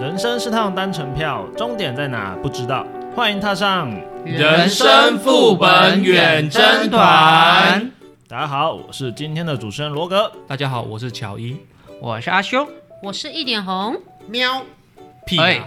人生是趟单程票，终点在哪不知道，欢迎踏上人生副本远征团。 大家好，我是今天的主持人罗格。 大家好，我是乔伊。 我是阿修。 我是一点红。 喵。 屁啊！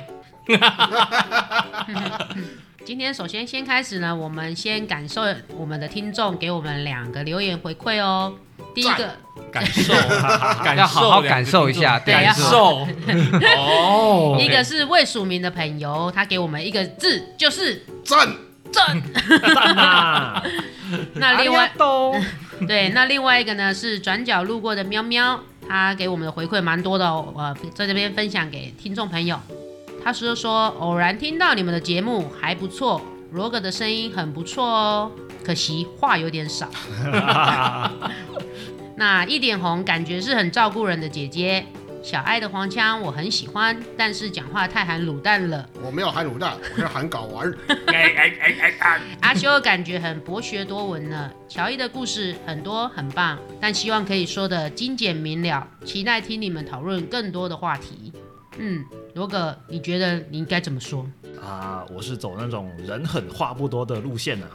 今天首先开始呢，我们先感受我们的听众给我们2个留言回馈哦。第一个感受， 要好好感受一下， 感受。哦， 一个是未署名的朋友，他给我们一个字，就是赞。 赞啊！ 那另外一个呢是转角路过的喵喵，他给我们的回馈蛮多的哦，在这边分享给听众朋友。他说偶然听到你们的节目还不错，罗格的声音很不错哦，可惜话有点少。那一点红感觉是很照顾人的姐姐，小爱的黄腔我很喜欢，但是讲话太含卤蛋了。 我没有含卤蛋，我是含睾丸。 阿修感觉很博学多闻呢。乔伊的故事很多很棒，但希望可以说的精简明了，期待听你们讨论更多的话题。罗格，你觉得你应该怎么说啊？我是走那种人狠话不多的路线啊。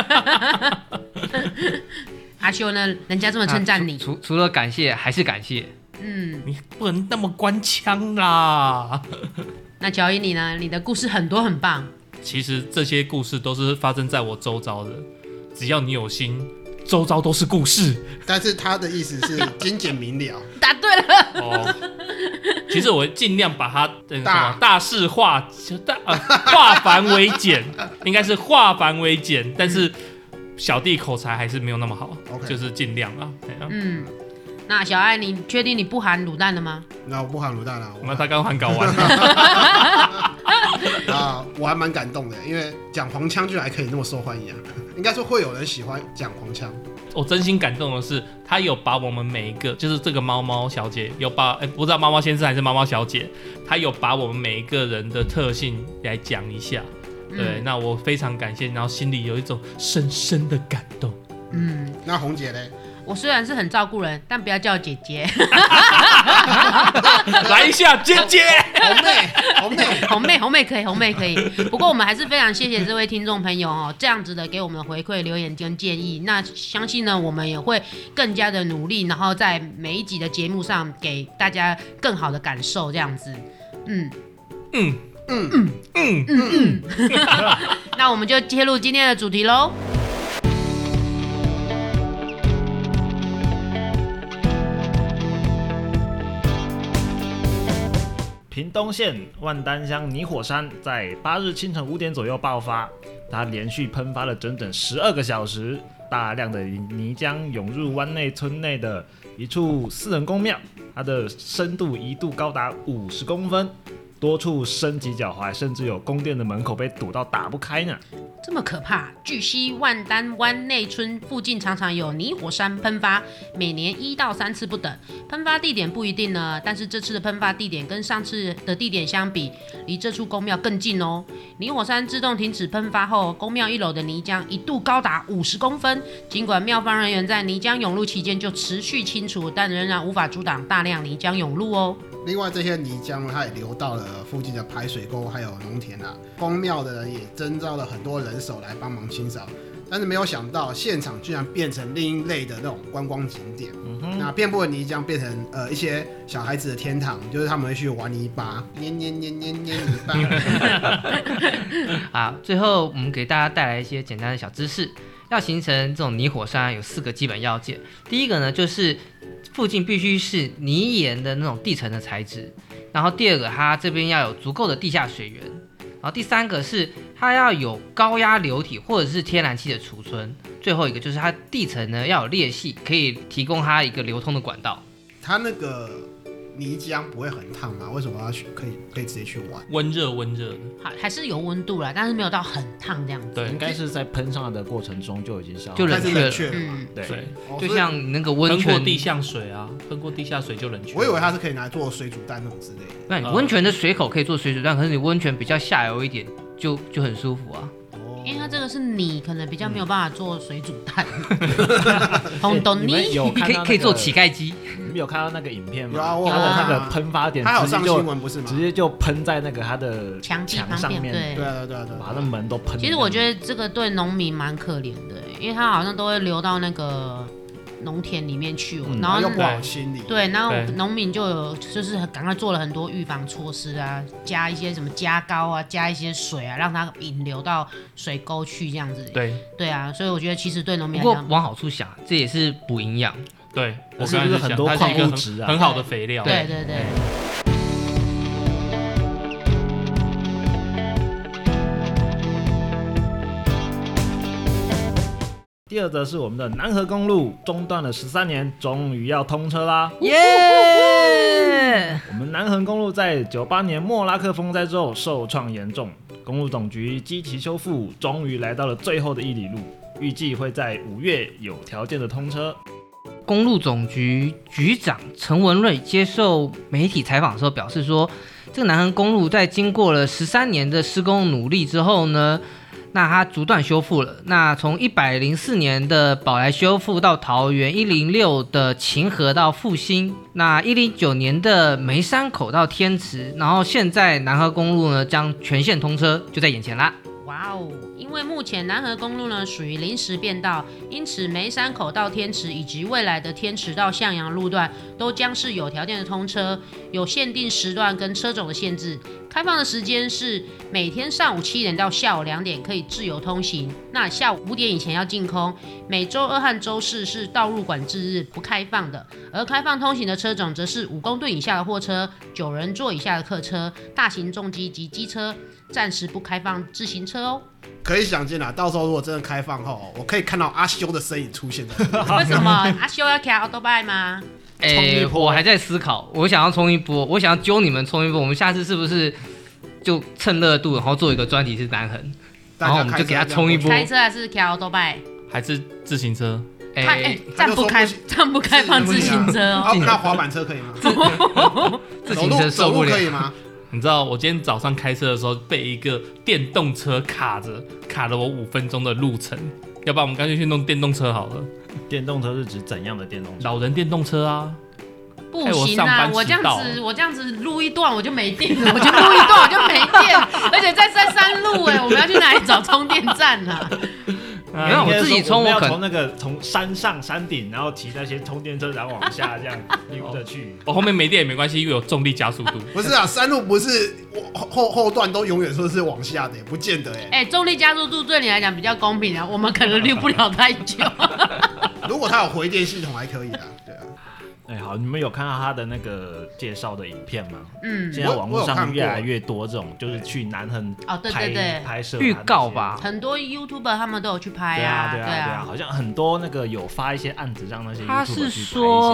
阿修呢？人家这么称赞你， 除了感谢还是感谢。 你不能那么官腔啦。 那乔伊你呢？你的故事很多很棒。 其实这些故事都是发生在我周遭的，只要你有心，周遭都是故事。 但是他的意思是精简明了。 答对了。 哦，其实我尽量把它大事化繁为简，应该是化繁为简，但是小弟口才还是没有那么好，就是尽量啦。 那小爱，你确定你不含卤蛋了吗？ 那我不含卤蛋了。 那他刚含睾丸。 我还蛮感动的，因为讲黄腔居然还可以那么受欢迎啊！应该说会有人喜欢讲黄腔。 我真心感动的是，他有把我们每一个，就是这个猫猫小姐有把，不知道猫猫先生还是猫猫小姐，他有把我们每一个人的特性来讲一下。对，那我非常感谢，然后心里有一种深深的感动。 那红姐呢？ 我虽然是很照顾人，但不要叫我姐姐。 来一下，姐姐， 红妹可以，红妹可以。不过我们还是非常谢谢这位听众朋友哦，这样子的给我们回馈留言跟建议。那相信呢，我们也会更加的努力，然后在每一集的节目上给大家更好的感受，这样子。那我们就切入今天的主题喽。 屏东县万丹乡泥火山在8日清晨5点左右爆发，它连续喷发了整整12个小时，大量的泥浆涌入湾内村内的一处私人公庙，它的深度一度高达50公分，多处升级脚踝，甚至有宫殿的门口被堵到打不开呢。 这么可怕！据悉，万丹湾内村附近常常有泥火山喷发，每年1到3次不等。喷发地点不一定呢，但是这次的喷发地点跟上次的地点相比，离这处公庙更近哦。泥火山自动停止喷发后，公庙1楼的泥浆一度高达50公分。尽管庙方人员在泥浆涌入期间就持续清除，但仍然无法阻挡大量泥浆涌入哦。 另外，这些泥浆它也流到了附近的排水沟还有农田啊。公庙的人也征召了很多人手来帮忙清扫，但是没有想到现场居然变成另一类的那种观光景点。那遍布的泥浆变成一些小孩子的天堂，就是他们会去玩泥巴，捏泥巴。 好，最后我们给大家带来一些简单的小知识。要形成这种泥火山有4个基本要件。第一个呢，就是附近必须是泥岩的那种地层的材质，然后第二个，它这边要有足够的地下水源，然后第三个是它要有高压流体或者是天然气的储存，最后一个就是它地层呢要有裂隙，可以提供它一个流通的管道。 它那个泥浆不会很烫吗？为什么要可以直接去玩？ 温热的， 还是有温度啦，但是没有到很烫这样子。 对， 应该是在喷上来的过程中就已经消耗， 就冷却了。 对， 就像那个温泉喷过地下水啊，喷过地下水就冷却。 我以为它是可以拿来做水煮蛋那种之类的。 那你温泉的水口可以做水煮蛋，可是你温泉比较下游一点，就很舒服啊。 因为它这个是你可能比较没有办法做水煮蛋，红豆你们泥。 有看到那个可以做乞丐鸡， 你们有看到那个影片吗？ 有啊我有他的那个看喷发点他有上直接就新闻不是吗？ 直接就喷在那个他的墙壁旁边， 上面， 对对啊对啊对啊， 把那门都喷。 其实我觉得这个对农民蛮可怜的，因为他好像都会流到那个农田里面去，然后又不好清理。 对，然后对农民就是赶快做了很多预防措施啊，加一些什么加膏啊，加一些水啊，让它引流到水沟去这样子。 对对啊，所以我觉得其实对农不过民来讲， 往好处想，这也是补营养。 对，我是不是刚才很多矿它是一个物质啊很好的肥料。 对对对。 第二则是我们的南河公路中断了13年，终于要通车啦！ 耶！ 我们南横公路在98年莫拉克风灾之后受创严重，公路总局积极修复，终于来到了最后的1里路，预计会在5月有条件的通车。 公路总局局长陈文瑞接受媒体采访的时候表示说，这个南横公路在经过了13年的施工努力之后呢，那它逐段修复了。那从104年的宝来修复到桃园，106的秦河到复兴，那109年的梅山口到天池，然后现在南河公路呢将全线通车，就在眼前啦。 哇哦！因为目前南河公路呢属于临时变道，因此梅山口到天池以及未来的天池到向阳路段都将是有条件的通车，有限定时段跟车种的限制。开放的时间是每天上午7点到下午2点可以自由通行，那下午5点以前要净空。每周2和周4是道路管制日，不开放的。而开放通行的车种则是5公吨以下的货车、9人座以下的客车、大型重机及机车，暂时不开放自行车哦。 可以想见啦，到时候如果真的开放后，我可以看到阿修的身影出现在这里。 为什么阿修要开奥多拜吗？ 冲一波我还在思考，我想要冲一波，我想要揪你们冲一波。我们下次是不是就趁热度，然后做一个专题是南横，然后我们就给他冲一波。 开车还是开奥多拜？ 还是自行车？ 暂不开放自行车哦。 那滑板车可以吗？ 自行车受不了可以吗？ 你知道我今天早上开车的时候被一个电动车卡了我5分钟的路程，要不然我们干脆去弄电动车好了。 电动车是指怎样的电动车？ 老人电动车啊。 不行啊！我这样子录一段我就没电了，我就录一段我就没电，而且在山路我们要去哪里找充电站啊？ 没有，我自己充， 我可能从山上山顶，然后骑那些充电车，然后往下这样溜着去。 我后面没电也没关系，因为有重力加速度。 不是啊，山路不是后段都永远说是往下的，不见得哎。 重力加速度对你来讲比较公平啊，我们可能溜不了太久。 如果它有回电系统还可以啦，对啊。 好，你们有看到他的那个介绍的影片吗？现在网络我上越来越多这种，就是去南横拍摄预告吧， 很多 YouTuber 他们都有去拍啊， 对啊，好像很多那个有发一些案子让那些 YouTuber 他是说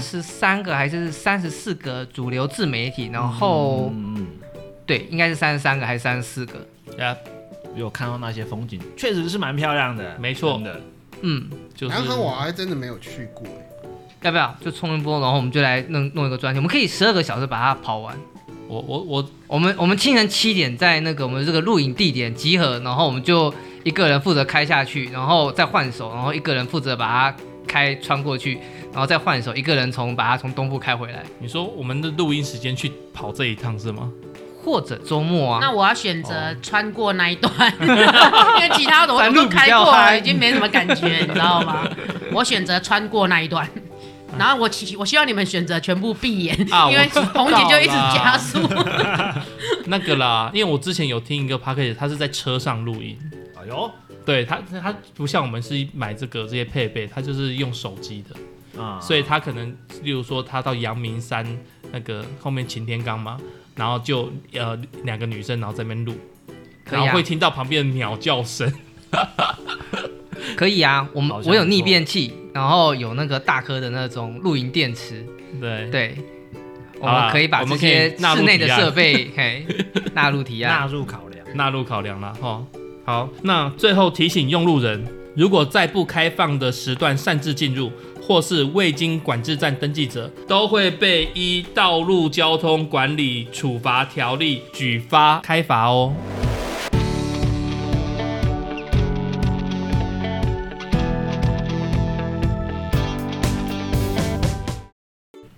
33个还是34个主流自媒体，然后对，应该是33个还是34个？ 有看到那些风景，确实是蛮漂亮的， 没错真的。 就是南横我还真的没有去过要不要就冲一波，然后我们就来弄一个专题，我们可以12个小时把它跑完。我们清晨7点在那个我们这个露营地点集合，然后我们就一个人负责开下去，然后再换手，然后一个人负责把它穿过去，然后再换手，一个人把它从东部开回来。 你说我们的录音时间去跑这一趟是吗？ 或者周末啊？ 那我要选择穿过那一段，因为其他的我都开过了，已经没什么感觉，你知道吗？我选择穿过那一段。然后我希望你们选择全部闭眼，因为红姐就一直加速。 那个啦，因为我之前有听一个 podcast， 他是在车上录音。 哎呦， 对他不像我们是买这些配备，他就是用手机的所以他可能例如说他到阳明山那个后面擎天岗嘛，然后就2个女生然后在那边录，然后会听到旁边的鸟叫声。 可以啊，我有逆变器，然后有那个大颗的那种露营电池，对，我们可以把这些室内的设备纳入提案， 纳入考量啦齁。好，那最后提醒用路人，如果在不开放的时段擅自进入，或是未经管制站登记者，都会被依道路交通管理处罚条例举发开罚哦。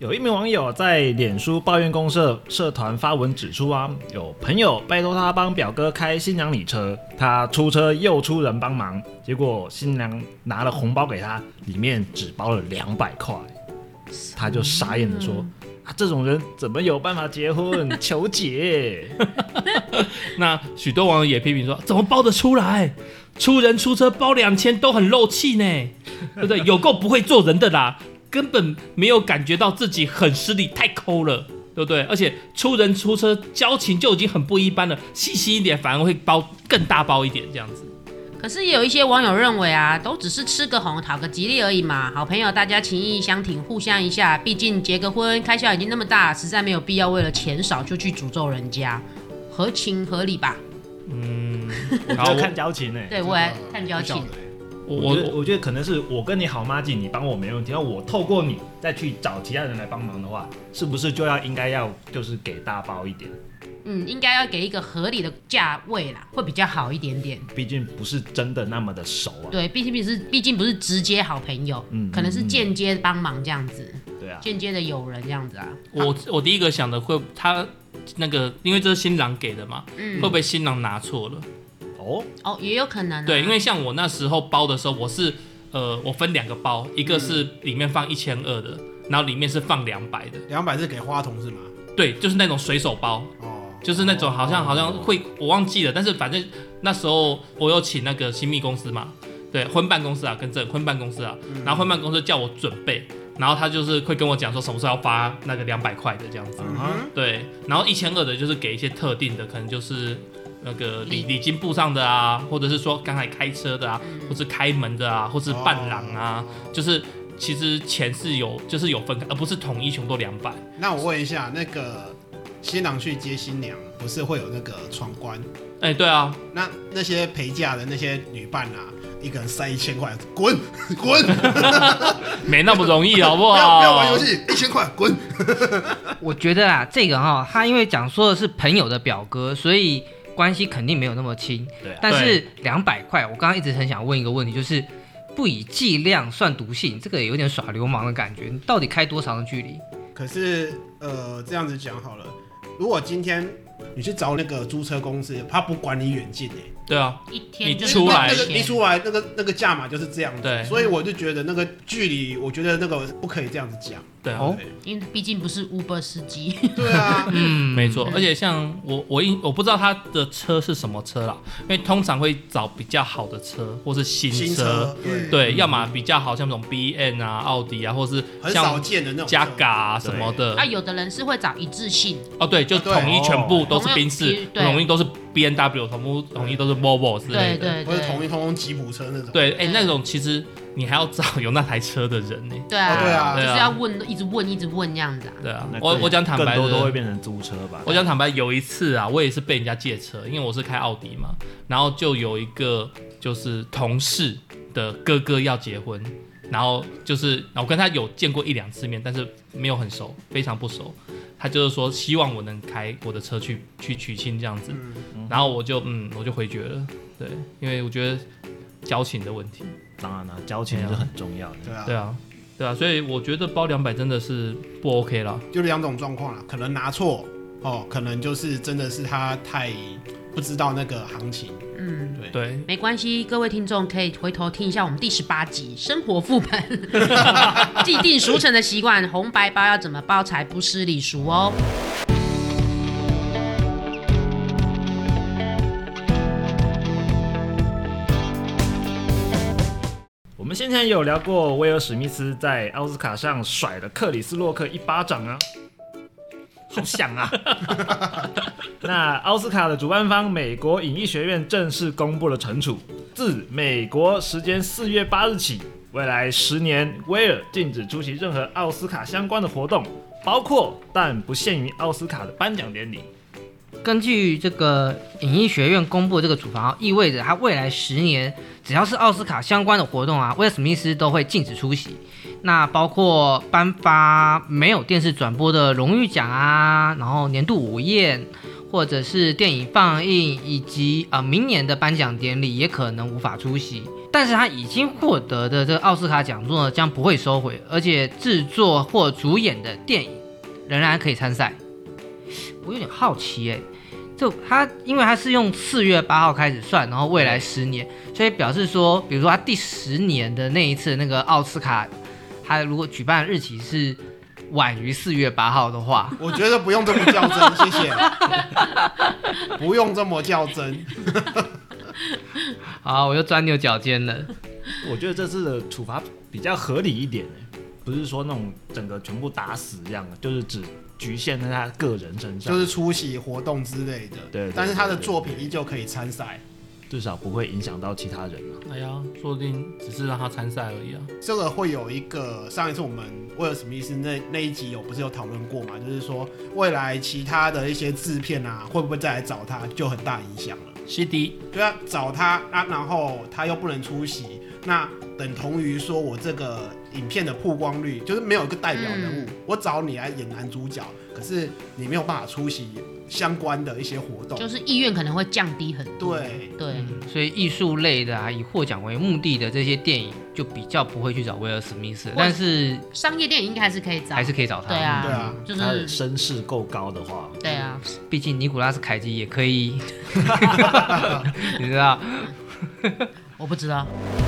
有一名网友在脸书抱怨公社社团发文指出啊，有朋友拜托他帮表哥开新娘礼车，他出车又出人帮忙，结果新娘拿了红包给他，里面只包了200块，他就傻眼的说。这种人怎么有办法结婚？求解！ 那许多网友也批评说，怎么包得出来？出人出车包2000都很漏气呢，对不对？有够不会做人的啦，根本没有感觉到自己很失礼，太抠了，对不对？而且出人出车交情就已经很不一般了，细心一点反而会包更大包一点这样子。 可是也有一些网友认为啊，都只是吃个红讨个吉利而已嘛，好朋友大家情谊相挺，互相一下，毕竟结个婚开销已经那么大，实在没有必要为了钱少就去诅咒人家，合情合理吧？ 我觉得看交情欸。 对，我也看交情。 我觉得可能是我跟你好妈鸡，你帮我没问题，然后我透过你再去找其他人来帮忙的话，是不是就应该要就是给大包一点？ 应该要给一个合理的价位啦，会比较好一点点。 毕竟不是真的那么的熟啊。 对，毕竟不是直接好朋友，可能是间接帮忙这样子。 对啊， 间接的友人这样子啊。 我第一个想的会，他那个因为这是新郎给的嘛，会不会新郎拿错了？ 哦，也有可能啊。 对，因为像我那时候包的时候，我分2个包，一个是里面放1200的，然后里面是放200的。 200是给花童是吗？ 对，就是那种随手包。就是那种好像会我忘记了，但是反正那时候我有请那个新密公司嘛，对，婚办公司啊，跟婚办公司啊，然后婚办公司叫我准备，然后他就是会跟我讲说什么时候要发那个200块的这样子，对，然后1200的就是给一些特定的，可能就是那个礼金簿上的啊，或者是说刚才开车的啊，或是开门的啊，或是伴郎啊，就是其实钱是就是有分开，而不是统一全部都200。 那我问一下，那个新郎去接新娘，不是会有那个闯关？ 对啊。 那些陪嫁的那些女伴啊，一个人塞1000块，滚滚， 没那么容易，好不好？ 不要玩游戏，1000块滚。 我觉得啊，这个他因为说的是朋友的表哥，所以关系肯定没有那么亲。 对啊。 但是200块，我刚刚一直很想问一个问题，就是不以剂量算毒性，这个也有点耍流氓的感觉。你到底开多长的距离？ 可是这样子讲好了，如果今天你去找那个租车公司，他不管你远近对啊， 一天就你出来一出来那个价码就是这样子， 对， 所以我就觉得那个距离，我觉得那个不可以这样子讲， 对啊， 因为毕竟不是 Uber 司机， 对啊， 没错，而且像我不知道他的车是什么车啦，因为通常会找比较好的车或是新车，对，要么比较好像那种 BM 啊、奥迪啊，或是很少见的那种加嘎啊什么的， 有的人是会找一致性， 对，就统一全部都是宾士，统一都是 B&W， 统一都是 Volvo 之类的， 或者统一吉普车那种。 对，那种其实你还要找有那台车的人呢。 对啊，就是要一直问这样子啊。 对啊，我讲坦白的， 更多都会变成租车吧。 我讲坦白，有一次啊，我也是被人家借车，因为我是开奥迪嘛，然后就有一个就是同事的哥哥要结婚，然后就是我跟他有见过1-2次面，但是没有很熟，非常不熟。他就是说希望我能开我的车去娶亲这样子，然后我就回绝了，对，因为我觉得交情的问题。 当然了，交情是很重要的。 对啊，所以我觉得包200真的是不 OK 啦。 就2种状况啦，可能拿错可能就是真的是他太不知道那个行情。 对， 没关系，各位听众可以回头听一下我们第18集生活副本，既定俗成的习惯，红白包要怎么包才不失礼俗哦。 我们先前有聊过威尔史密斯在奥斯卡上甩了克里斯洛克一巴掌啊，好想啊！那奥斯卡的主办方美国影艺学院正式公布了惩处，自美国时间4月8日起，未来10年，威尔禁止出席任何奥斯卡相关的活动，包括但不限于奥斯卡的颁奖典礼。 根据这个影艺学院公布的这个处罚，意味着他未来10年，只要是奥斯卡相关的活动啊，威尔史密斯都会禁止出席。那包括颁发没有电视转播的荣誉奖啊，然后年度午宴，或者是电影放映，以及明年的颁奖典礼也可能无法出席。 但是他已经获得的这个奥斯卡奖座呢，将不会收回，而且制作或主演的电影仍然可以参赛。我有点好奇因为他是用4月8号开始算，然后未来10年，所以表示说，比如说他第10年的那一次那个奥斯卡，他如果举办的日期是晚于4月8号的话， 我觉得不用这么较真，谢谢。不用这么较真。 好，我又钻牛角尖了。 我觉得这次的处罚比较合理一点，不是说那种整个全部打死这样的，就是只局限在他个人身上， 就是出席活动之类的。 对， 但是他的作品依旧可以参赛， 至少不会影响到其他人哎呀，说不定只是让他参赛而已啊。 这个会有一个上一次我们威尔史密斯那一集不是有讨论过嘛？就是说未来其他的一些制片啊，会不会再来找他，就很大影响了。 是的， 对啊，找他啊，然后他又不能出席，那等同于说我这个影片的曝光率就是没有一个代表人物，我找你来演男主角，可是你没有办法出席相关的一些活动， 就是意愿可能会降低很多。对， 所以艺术类的以获奖为目的的这些电影就比较不会去找威尔史密斯，但是商业电影应该还是可以找， 还是可以找他。 对啊， 对啊， 就是他的声势够高的话， 对啊， 毕竟尼古拉斯凯奇也可以，你知道？ 我不知道。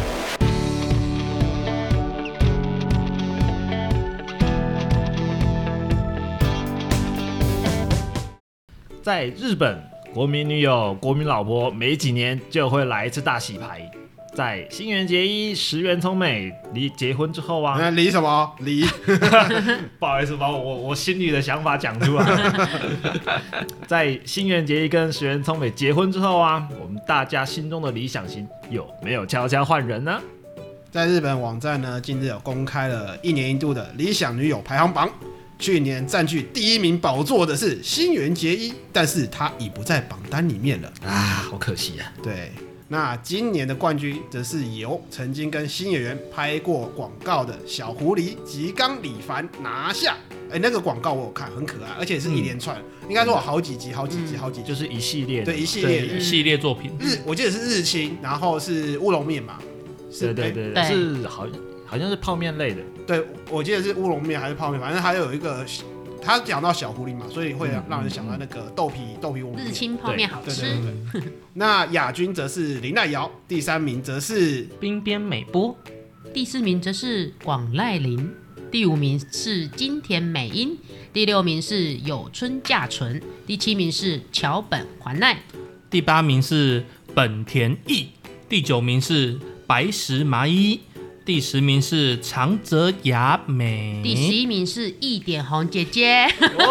在日本，国民女友、国民老婆没几年就会来一次大洗牌。在新垣结衣、石原聪美离结婚之后啊， 离什么离？ 不好意思，把我心里的想法讲出来。在新垣结衣跟石原聪美结婚之后啊，我们大家心中的理想型有没有悄悄换人呢？ 在日本网站呢，近日有公开了1年1度的理想女友排行榜。去年占据第1名宝座的是新垣结衣，但是她已不在榜单里面了啊，好可惜啊。 对，那今年的冠军则是由曾经跟新演员拍过广告的小狐狸吉冈里帆拿下。那个广告我有看，很可爱，而且是一连串，应该说有好几集， 就是一系列的， 对，一系列作品。 我记得是日清，然后是乌龙面嘛， 对，是好像是泡面类的。 对，我记得是乌龙面还是泡面，反正还有一个，他讲到小狐狸嘛，所以会让人想到那个豆皮乌龙面。 日清泡面好吃。 对。那亚军则是林濑遥，第3名则是滨边美波， 第4名则是广濑铃，第5名是金田美音，第6名是有村架纯，第7名是桥本环奈， 第8名是本田翼，第9名是白石麻衣。第10名是长泽雅美， 第11名是一点红姐姐。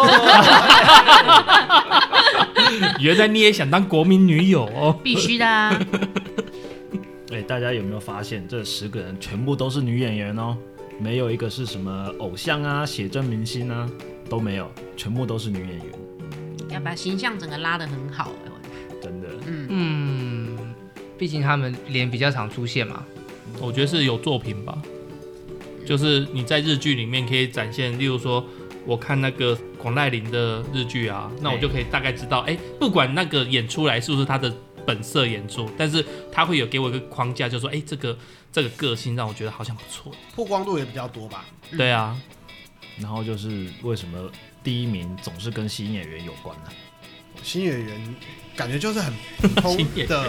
原来你也想当国民女友哦？ 必须的啊！ 大家有没有发现这10个人全部都是女演员哦？没有一个是什么偶像啊、写真明星啊，都没有，全部都是女演员。 要把形象整个拉得很好， 真的。 毕竟他们脸比较常出现嘛。 我觉得是有作品吧，就是你在日剧里面可以展现，例如说我看那个广濑铃的日剧啊，那我就可以大概知道，不管那个演出来是不是他的本色演出，但是他会有给我一个框架，就说这个个性让我觉得好像不错， 曝光度也比较多吧。 对啊， 然后就是为什么第1名总是跟新演员有关呢？ 新演员感觉就是很普通的。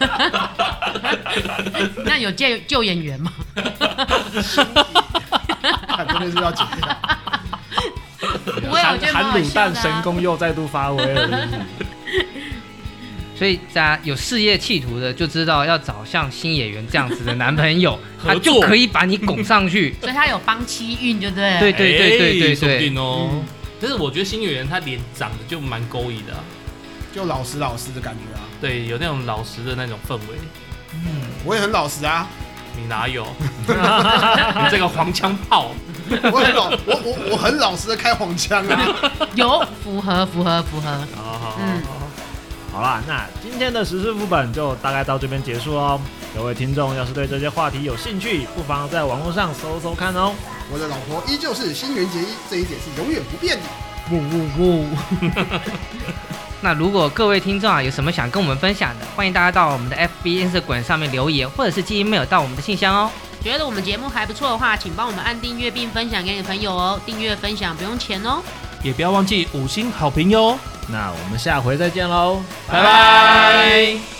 那有旧演员吗？ 看真的是要剪掉。 不会，我觉得蛮好笑的啊。 韩卤蛋神功又再度发挥了。 所以大家有事业企图的就知道要找像新演员这样子的男朋友，他就可以把你拱上去。 所以他有帮妻运，就对了。 对， 说不定哦。但是我觉得新演员他脸长得就蛮勾引的， 就老实的感觉啊。 对，有那种老实的那种氛围。 我也很老实啊。 你哪有？你这个黄腔炮。 我很老实的开黄腔啊。 有符合。 好啦，那今天的时事副本就大概到这边结束哦。各位听众要是对这些话题有兴趣，不妨在网络上搜搜看哦。 我的老婆依旧是新垣结衣，这一点是永远不变的。 呜。 那如果各位听众有什么想跟我们分享的，欢迎大家到我们的 FB Instagram 上面留言，或者是寄 email 到我们的信箱哦。 觉得我们节目还不错的话，请帮我们按订阅并分享给你的朋友哦。订阅分享不用钱哦。 也不要忘记5星好评哟。 那我们下回再见喽， 拜拜。